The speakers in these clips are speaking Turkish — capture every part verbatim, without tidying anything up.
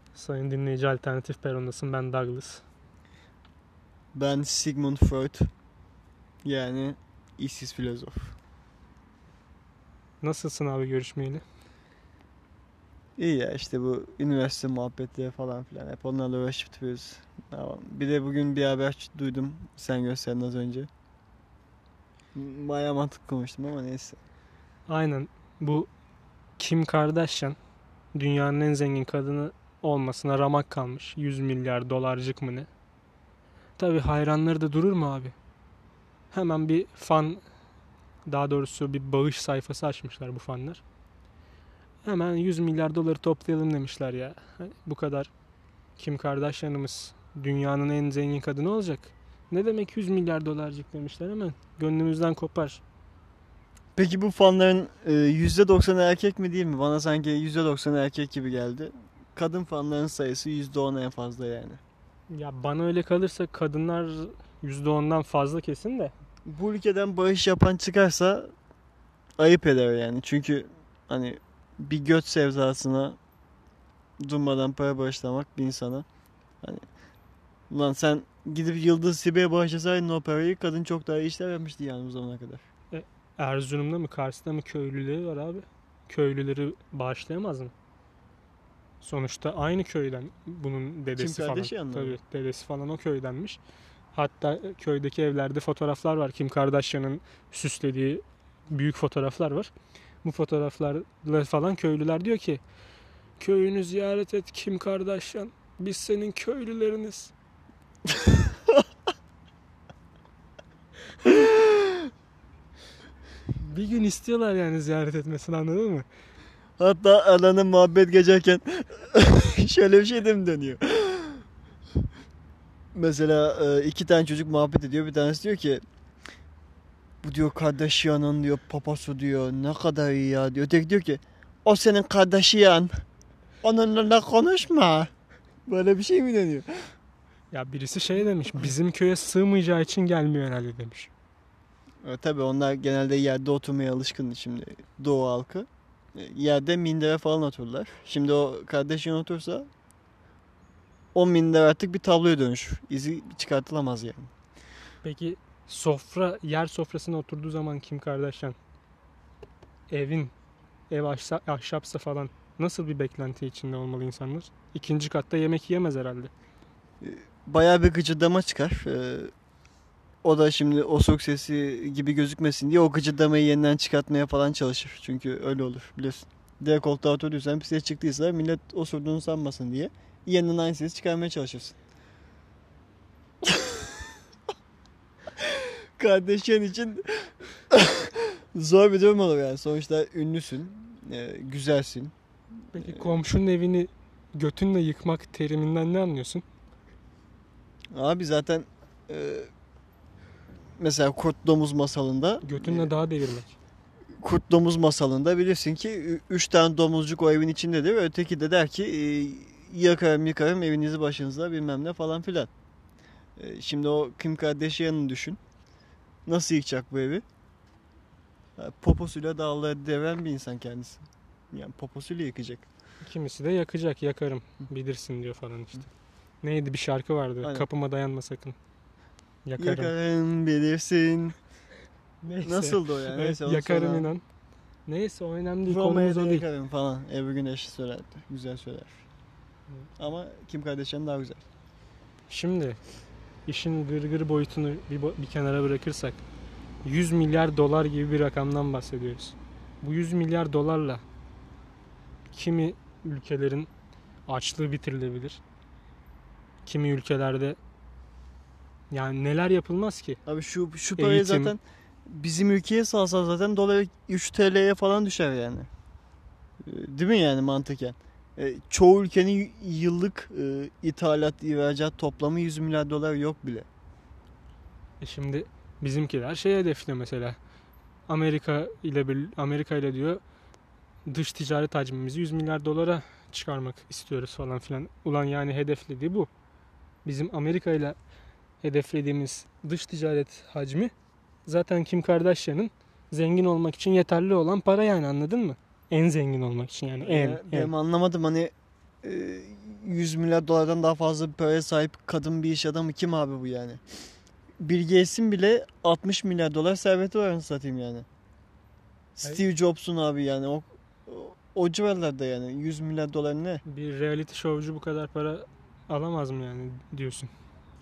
Sayın dinleyici, Alternatif Peron'dasın. Ben Douglas. Ben Sigmund Freud. Yani işsiz filozof. Nasılsın abi görüşmeyeli? İyi ya, işte bu üniversite muhabbetleri falan filan. Hep onlarla uğraşıp duruyoruz. Bir de bugün bir haber duydum. Sen gösterdin az önce. Bayağı mantıklı konuştum ama neyse. Aynen. Bu Kim Kardashian dünyanın en zengin kadını olmasına ramak kalmış. yüz milyar dolarcık mı ne? Tabii hayranları da durur mu abi? Hemen bir fan, daha doğrusu bir bağış sayfası açmışlar bu fanlar. Hemen yüz milyar doları toplayalım demişler ya. Hani bu kadar Kim Kardashian'ımız dünyanın en zengin kadını olacak. Ne demek yüz milyar dolarcık demişler, hemen gönlümüzden kopar. Peki bu fanların e, yüzde doksanı erkek mi değil mi? Bana sanki yüzde doksanı erkek gibi geldi. Kadın fanların sayısı yüzde on en fazla yani. Ya bana öyle kalırsa kadınlar yüzde ondan fazla kesin de. Bu ülkeden bağış yapan çıkarsa ayıp eder yani. Çünkü hani bir göt sevdasına durmadan para bağışlamak bir insana. Hani ulan sen gidip Yıldız Tilbe'ye bağışlasaydın o parayı, kadın çok daha iyi işler yapmıştı yani bu zamana kadar. E, Erzurum'da mı Kars'ta mı köylüleri var abi. Köylüleri bağışlayamaz mı? Sonuçta aynı köyden bunun dedesi Kim falan. Kardashian'la Tabii mı? dedesi falan o köydenmiş. Hatta köydeki evlerde fotoğraflar var. Kim Kardashian'ın süslediği büyük fotoğraflar var. Bu fotoğraflarla falan köylüler diyor ki köyünü ziyaret et Kim Kardashian. Biz senin köylüleriniz. Bir gün istiyorlar yani ziyaret etmesini, anladın mı? Hatta alanın muhabbet geçerken şöyle bir şey de mi dönüyor? Mesela iki tane çocuk muhabbet ediyor. Bir tanesi diyor ki bu diyor Kardashian'ın diyor papası diyor ne kadar iyi ya diyor. Öteki diyor ki o senin Kardashian. Onunla konuşma. Böyle bir şey mi dönüyor? Ya birisi şey demiş, bizim köye sığmayacağı için gelmiyor herhalde demiş. E, tabii onlar genelde yerde oturmaya alışkın şimdi Doğu halkı. E, yerde mindere falan otururlar. Şimdi o Kardashian otursa o minder artık bir tabloya dönüşür. İzi çıkartılamaz yani. Peki sofra, yer sofrasına oturduğu zaman Kim Kardashian evin, ev ahşap, ahşapsa falan nasıl bir beklenti içinde olmalı insanlar? İkinci katta yemek yiyemez herhalde. E, bayağı bir gıcırdama çıkar. E, o da şimdi osuruk sesi gibi gözükmesin diye o gıcırdamayı yeniden çıkartmaya falan çalışır. Çünkü öyle olur biliyorsun. Diğer koltuğa oturduysan bir ses çıktıysa millet osurduğunu sanmasın diye yeniden aynı sesi çıkarmaya çalışırsın. Kardeşin için zor bir durum olur yani. Sonuçta ünlüsün, e, güzelsin. Peki komşunun evini götünle yıkmak teriminden ne anlıyorsun? Abi zaten e, mesela Kurt Domuz masalında Götünle e, dağa devirmek. Kurt Domuz masalında bilirsin ki üç tane domuzcuk o evin içindedir ve öteki de der ki e, yakarım yıkarım evinizi başınıza bilmem ne falan filan. E, şimdi o Kim Kardashian'ı düşün. Nasıl yıkacak bu evi? Poposuyla dağları deviren bir insan kendisi. Yani poposuyla yıkacak. Kimisi de yakacak, yakarım bilirsin diyor falan işte. Neydi, bir şarkı vardı. Aynen. Kapıma dayanma sakın. Yakarım. Yakarım bilirsin. Neyse. Nasıldı o yani? Neyse, onu yakarım sonra... inan. Neyse o önemli değil. Roma'ya Konumuz da o değil. yakarım falan. Ebru Güneş söylerdi. Güzel söyler. Evet. Ama Kim Kardashian daha güzel. Şimdi işin gırgır boyutunu bir, bir kenara bırakırsak yüz milyar dolar gibi bir rakamdan bahsediyoruz. Bu yüz milyar dolarla kimi ülkelerin açlığı bitirilebilir. Kimi ülkelerde yani neler yapılmaz ki? Abi şu şu parayı Eğitim. zaten bizim ülkeye salsa zaten dolar üç T L'ye falan düşer yani. Değil mi yani mantıken? E, çoğu ülkenin yıllık e, ithalat, ihracat toplamı yüz milyar dolar yok bile. E şimdi bizimkiler şey hedefliyor mesela. Amerika ile Amerika ile diyor dış ticaret hacmimizi yüz milyar dolara çıkarmak istiyoruz falan filan. Ulan yani hedeflediği bu. Bizim Amerika ile hedeflediğimiz dış ticaret hacmi zaten Kim Kardashian'ın zengin olmak için yeterli olan para yani, anladın mı? En zengin olmak için yani en. E, benim en. anlamadım hani e, yüz milyar dolardan daha fazla bir paraya sahip kadın bir iş adamı kim abi bu yani? Bill Gates'in bile altmış milyar dolar serveti var anasını satayım yani. Steve Jobs'un abi yani o, o, o civarlarda yani yüz milyar dolar ne? Bir reality showcu bu kadar para alamaz mı yani diyorsun?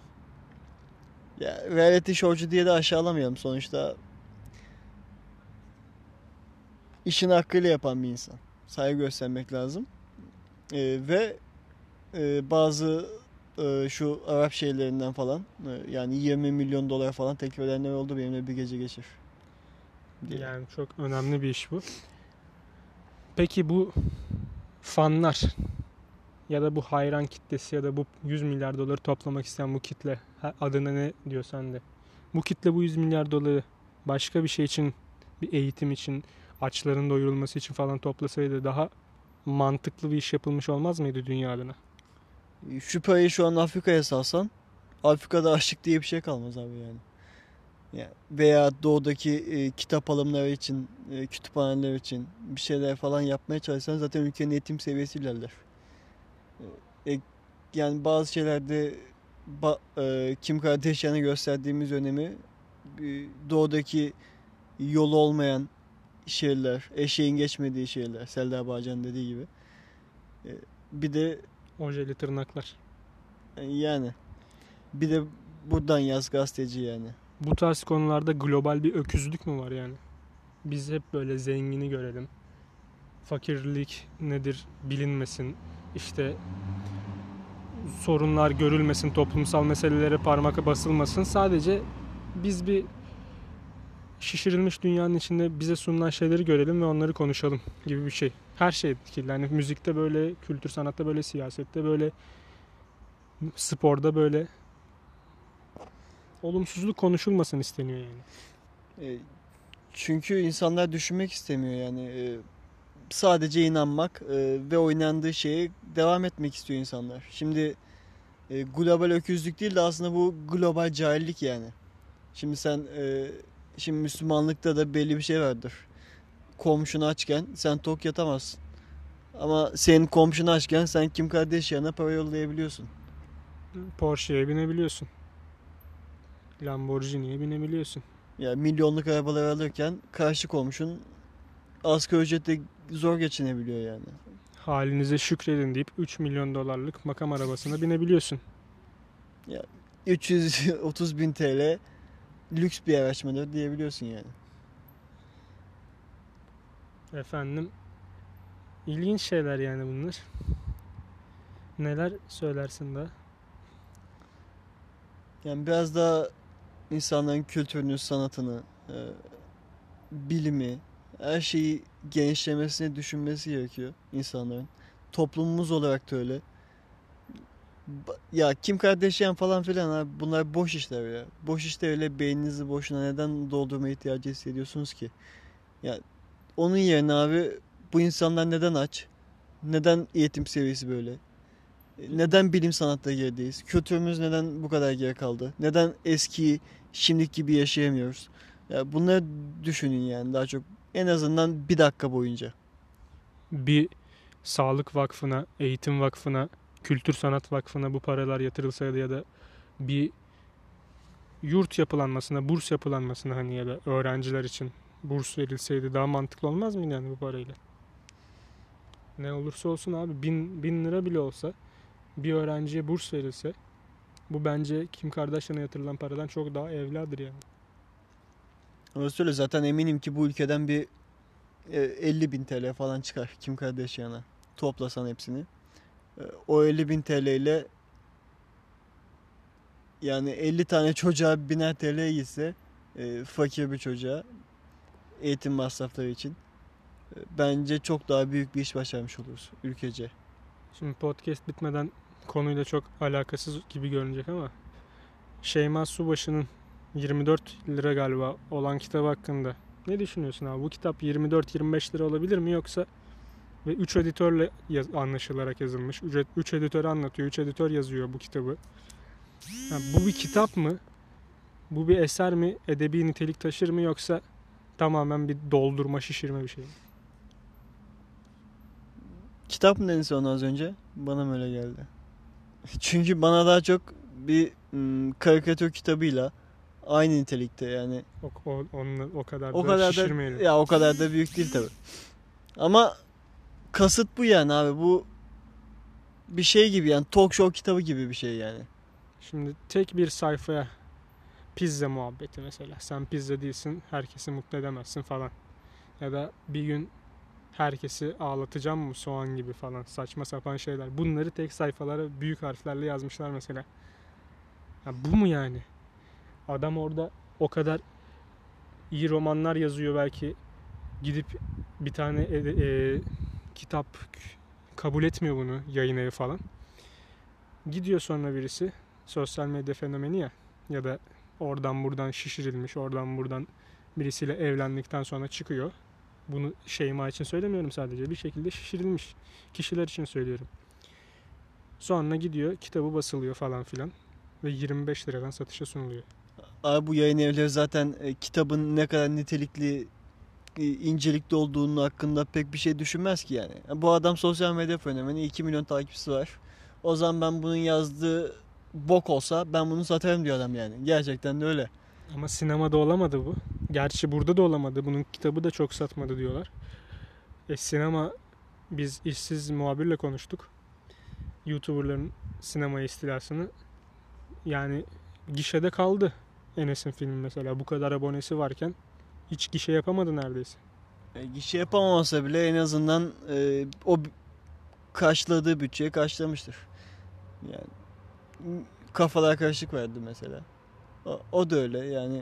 Ya reality showcu diye de aşağılamayalım sonuçta. İşini hakkıyla yapan bir insan. Saygı göstermek lazım. Ee, ve e, bazı e, şu Arap şeylerinden falan e, yani yirmi milyon dolar falan teklif edenler oldu, benimle bir gece geçir diye. Yani çok önemli bir iş bu. Peki bu fanlar ya da bu hayran kitlesi ya da bu yüz milyar doları toplamak isteyen bu kitle, adına ne diyorsan de. Bu kitle bu yüz milyar doları başka bir şey için, bir eğitim için, açların doyurulması için falan toplasaydı daha mantıklı bir iş yapılmış olmaz mıydı dünya adına? Şu parayı şu an Afrika'ya salsan Afrika'da açlık diye bir şey kalmaz abi yani. Ya veya doğudaki e, kitap alımları için, e, kütüphaneler için bir şeyler falan yapmaya çalışsan zaten ülkenin eğitim seviyesi ilerler. E, yani bazı şeylerde ba, e, Kim Kardashian'a gösterdiğimiz önemi e, doğudaki yolu olmayan şehirler, eşeğin geçmediği şehirler, Selda Bağcan'ın dediği gibi. E, bir de Ojeli tırnaklar. e, yani bir de buradan yaz gazeteci yani. Bu tarz konularda global bir öküzlük mü var yani? Biz hep böyle zengini görelim. Fakirlik nedir bilinmesin. İşte sorunlar görülmesin, toplumsal meselelere parmak basılmasın. Sadece biz bir şişirilmiş dünyanın içinde bize sunulan şeyleri görelim ve onları konuşalım gibi bir şey. Her şey etkili. Yani müzikte böyle, kültür sanatta böyle, siyasette böyle, sporda böyle. Olumsuzluk konuşulmasın isteniyor yani. E, çünkü insanlar düşünmek istemiyor yani. E, sadece inanmak e, ve oynandığı şeye devam etmek istiyor insanlar. Şimdi e, global öküzlük değil de aslında bu global cahillik yani. Şimdi sen e, şimdi Müslümanlıkta da belli bir şey vardır. Komşunu açken sen tok yatamazsın. Ama senin komşunu açken sen Kim Kardashian'a para yollayabiliyorsun. Porsche'ye binebiliyorsun. Lamborghini'ye binebiliyorsun. Ya milyonluk arabalar alırken karşı komşun asgari ücretle zor geçinebiliyor yani. Halinize şükredin deyip üç milyon dolarlık makam arabasına binebiliyorsun. Ya üç yüz otuz bin T L lüks bir araç mıdır diyebiliyorsun yani. Efendim, ilginç şeyler yani bunlar. Neler söylersin daha? Yani biraz daha insanların kültürünü, sanatını, e, bilimi, her şeyi genişlemesini düşünmesi gerekiyor insanların. Toplumumuz olarak da öyle. Ba- Ya Kim Kardashian falan filan abi bunlar boş işler ya. Boş işte öyle beyninizi boşuna neden doldurma ihtiyacı hissediyorsunuz ki? Ya onun yerine abi bu insanlar neden aç? Neden eğitim seviyesi böyle? E, Neden bilim sanatları gerideyiz? Kültürümüz neden bu kadar geri kaldı? Neden eski, şimdiki gibi yaşayamıyoruz? Ya bunları düşünün yani daha çok. En azından bir dakika boyunca. Bir sağlık vakfına, eğitim vakfına, kültür sanat vakfına bu paralar yatırılsaydı ya da bir yurt yapılanmasına, burs yapılanmasına hani ya da öğrenciler için burs verilseydi daha mantıklı olmaz mıydı yani bu parayla? Ne olursa olsun abi bin, bin lira bile olsa bir öğrenciye burs verilse bu bence Kim Kardashian'a yatırılan paradan çok daha evladır yani. Ama söyle zaten eminim ki bu ülkeden bir e, elli bin T L falan çıkar Kim Kardashian'a. Toplasan hepsini. E, O elli bin T L ile yani elli tane çocuğa biner T L gitse e, fakir bir çocuğa eğitim masrafları için e, bence çok daha büyük bir iş başarmış oluruz ülkece. Şimdi podcast bitmeden konuyla çok alakasız gibi görünecek ama Şeyma Subaşı'nın yirmi dört lira galiba olan kitap hakkında ne düşünüyorsun abi? Bu kitap yirmi dört yirmi beş lira olabilir mi yoksa ve üç editörle yaz- anlaşılarak yazılmış. üç editör anlatıyor. üç editör yazıyor bu kitabı. Ha, bu bir kitap mı? Bu bir eser mi? Edebi nitelik taşır mı yoksa tamamen bir doldurma, şişirme bir şey mi? Kitap mı dedin sen ona az önce? Bana mı öyle geldi? Çünkü bana daha çok bir ım, karikatür kitabıyla aynı nitelikte yani. O, o, onunla, o kadar O da kadar da şişirmeyelim. ya o kadar da büyük değil tabii. Ama kasıt bu yani abi. Bu bir şey gibi yani talk show kitabı gibi bir şey yani. Şimdi tek bir sayfaya pizza muhabbeti mesela. Sen pizza değilsin, herkesi mutlu edemezsin falan. Ya da bir gün herkesi ağlatacağım mı soğan gibi falan saçma sapan şeyler. Bunları tek sayfalara büyük harflerle yazmışlar mesela. Ya bu mu yani? Adam orada o kadar iyi romanlar yazıyor belki, gidip bir tane e, e, kitap kabul etmiyor bunu yayın evi falan. Gidiyor sonra birisi, sosyal medya fenomeni ya, ya da oradan buradan şişirilmiş, oradan buradan birisiyle evlendikten sonra çıkıyor. Bunu Şeyma için söylemiyorum sadece. Bir şekilde şişirilmiş kişiler için söylüyorum. Sonra gidiyor, kitabı basılıyor falan filan ve yirmi beş liradan satışa sunuluyor. Abi bu yayın evleri zaten e, kitabın ne kadar nitelikli, e, incelikli olduğunu hakkında pek bir şey düşünmez ki yani. Bu adam sosyal medya fenomeni, iki milyon takipçisi var. O zaman ben bunun yazdığı bok olsa ben bunu satarım diyor adam yani. Gerçekten de öyle. Ama sinemada olamadı bu. Gerçi burada da olamadı. Bunun kitabı da çok satmadı diyorlar. E sinema, biz işsiz muhabirle konuştuk. YouTuber'ların sinema istilasını. Yani gişede kaldı. Enes'in filmi mesela bu kadar abonesi varken hiç gişe yapamadı neredeyse. E, gişe yapamamasa bile en azından e, o b- karşıladığı bütçeyi karşılamıştır. Yani m- kafalar karışık verdi mesela. O, o da öyle yani.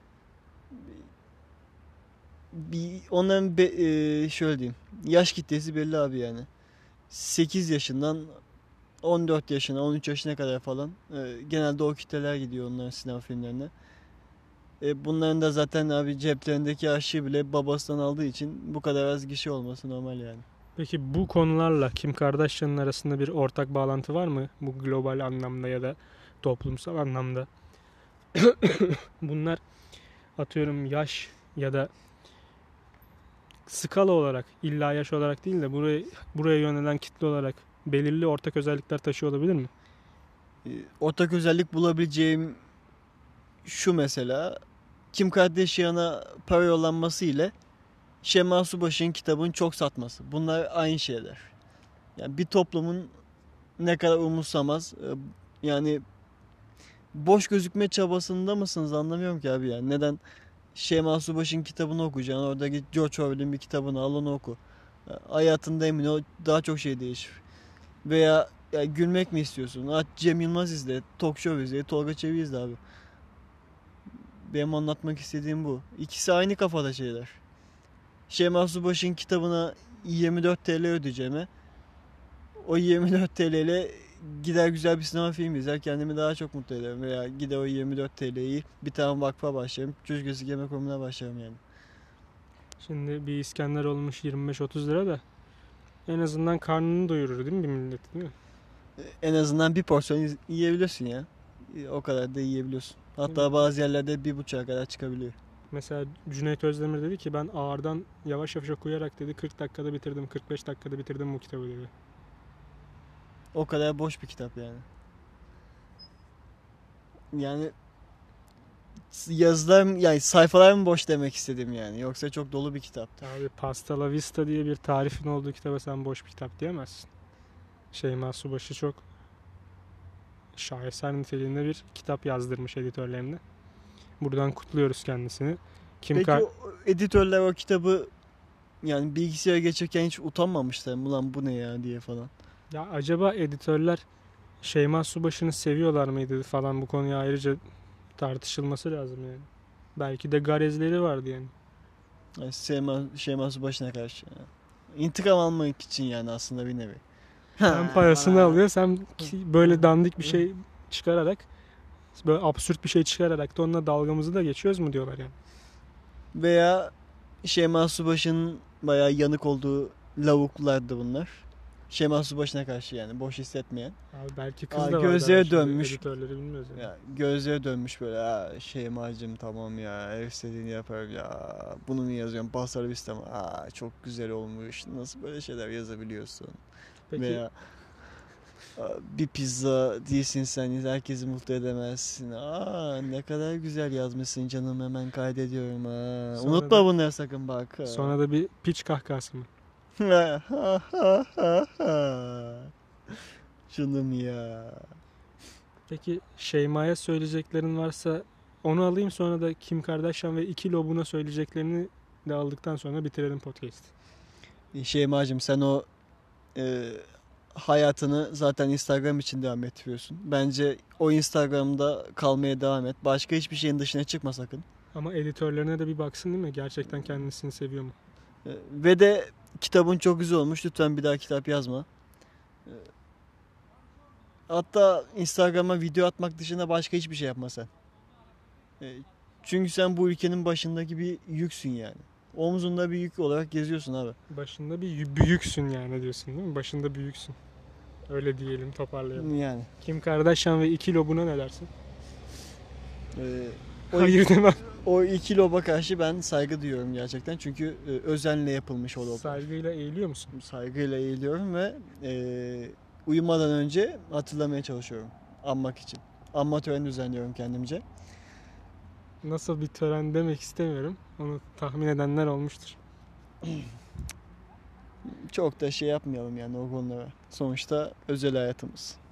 Bir, onların be, e, şöyle diyeyim. Yaş kitlesi belli abi yani. sekiz yaşından on dört yaşına, on üç yaşına kadar falan. E, genelde o kitleler gidiyor onların sinema filmlerine. E, bunların da zaten abi ceplerindeki aşıyı bile babasından aldığı için bu kadar az kişi olması normal yani. Peki bu konularla Kim Kardashian'ın arasında bir ortak bağlantı var mı? Bu global anlamda ya da toplumsal anlamda. Bunlar atıyorum yaş ya da skala olarak, illa yaş olarak değil de buraya, buraya yönelen kitle olarak belirli ortak özellikler taşıyor olabilir mi? E, ortak özellik bulabileceğim şu mesela. Kim Kardashian'a para yollanması ile Şema Subaşı'nın kitabını çok satması. Bunlar aynı şeyler. Yani bir toplumun ne kadar umursamaz, e, yani boş gözükme çabasında mısınız anlamıyorum ki abi yani. Neden Şeyma Subaşı'nın kitabını okuyacaksın? Orada git George Orwell'in bir kitabını al onu oku. E, Hayatında emin ol daha çok şey değişir. Veya ya gülmek mi istiyorsun? Aç Cem Yılmaz izle, Talk Show izle, Tolga Çevik izle abi. Benim anlatmak istediğim bu. İkisi aynı kafada şeyler. Şeyma Subaşı'nın kitabına yirmi dört T L ödeyeceğime o yirmi dört T L ile gider güzel bir sinema filmi izler kendimi daha çok mutlu ederim. Veya gider o yirmi dört T L'yi bir tane vakfa başlarım. Çocuk esirgeme kurumuna başlarım yani. Şimdi bir İskender olmuş yirmi beş otuz lira da en azından karnını doyurur değil mi bir millet, değil mi? En azından bir porsiyon iz- yiyebiliyorsun ya. O kadar da yiyebiliyorsun. Hatta bazı yerlerde bir buçuğa kadar çıkabiliyor. Mesela Cüneyt Özdemir dedi ki ben ağırdan yavaş yavaş okuyarak dedi kırk dakikada bitirdim, kırk beş dakikada bitirdim bu kitabı dedi. O kadar boş bir kitap yani. Yani yazılar yani sayfalar mı boş demek istedim yani. Yoksa çok dolu bir kitap. Abi Pasta La Vista diye bir tarifin olduğu kitaba sen boş bir kitap diyemezsin. Şeyma Subaşı çok şaheser niteliğinde bir kitap yazdırmış editörlerine. Buradan kutluyoruz kendisini. Kim Peki Kar o editörler o kitabı yani bilgisayara geçirken hiç utanmamışlar mı lan bu ne ya diye falan. Ya acaba editörler Şeyma Subaşı'nı seviyorlar mıydı falan, bu konuya ayrıca tartışılması lazım yani. Belki de garezleri vardı yani. Yani Şeyma, Şeyma Subaşı'na karşı. Yani. İntikam almak için yani aslında bir nevi. Hem parasını alıyor, hem ki- böyle dandik bir şey çıkararak, böyle absürt bir şey çıkararak da onunla dalgamızı da geçiyoruz mu diyorlar yani. Veya Şeyma Subaşı'nın bayağı yanık olduğu lavuklardı bunlar. Şeyma Subaşı'na karşı yani boş hissetmeyen. Abi belki kız Aa, da vardı. gözleri ama şimdi dönmüş. editörleri bilmiyoruz yani. Ya gözleri dönmüş böyle. Ha, Şeyma'cığım tamam ya her istediğini yaparım ya. Bunu mu yazıyorum? Basar istem. Aa çok güzel olmuş. Nasıl böyle şeyler yazabiliyorsun? Peki Veya Bir pizza değilsin sen, herkesi mutlu edemezsin. Aa, ne kadar güzel yazmışsın canım, hemen kaydediyorum ha. Sonra Unutma da bunları sakın bak. sonra da bir piç kahkahası mı? Canım ya. Peki Şeyma'ya söyleyeceklerin varsa onu alayım, sonra da Kim Kardashian ve iki lobuna söyleyeceklerini de aldıktan sonra bitirelim podcast. Şeymacığım, sen o e, hayatını zaten Instagram için devam ettiriyorsun. Bence o Instagram'da kalmaya devam et. Başka hiçbir şeyin dışına çıkma sakın. Ama editörlerine de bir baksın değil mi? Gerçekten kendisini seviyor mu? E, ve de kitabın çok güzel olmuş. Lütfen bir daha kitap yazma. E, hatta Instagram'a video atmak dışında başka hiçbir şey yapma sen. E, çünkü sen bu ülkenin başındaki bir yüksün yani. Omzunda bir yük olarak geziyorsun abi. Başında bir y- büyüksün yani diyorsun değil mi? Başında büyüksün. Öyle diyelim, toparlayalım. Yani. Kim Kardashian ve iki lobuna ne dersin? E, o Hayır demem. O iki loba karşı ben saygı duyuyorum gerçekten. Çünkü e, özenle yapılmış o lob. Saygıyla eğiliyor musun? Saygıyla eğiliyorum ve e, uyumadan önce hatırlamaya çalışıyorum. Anmak için. Anma töreni düzenliyorum kendimce. Nasıl bir tören demek istemiyorum. Onu tahmin edenler olmuştur. Çok da şey yapmayalım yani o konulara. Sonuçta özel hayatımız.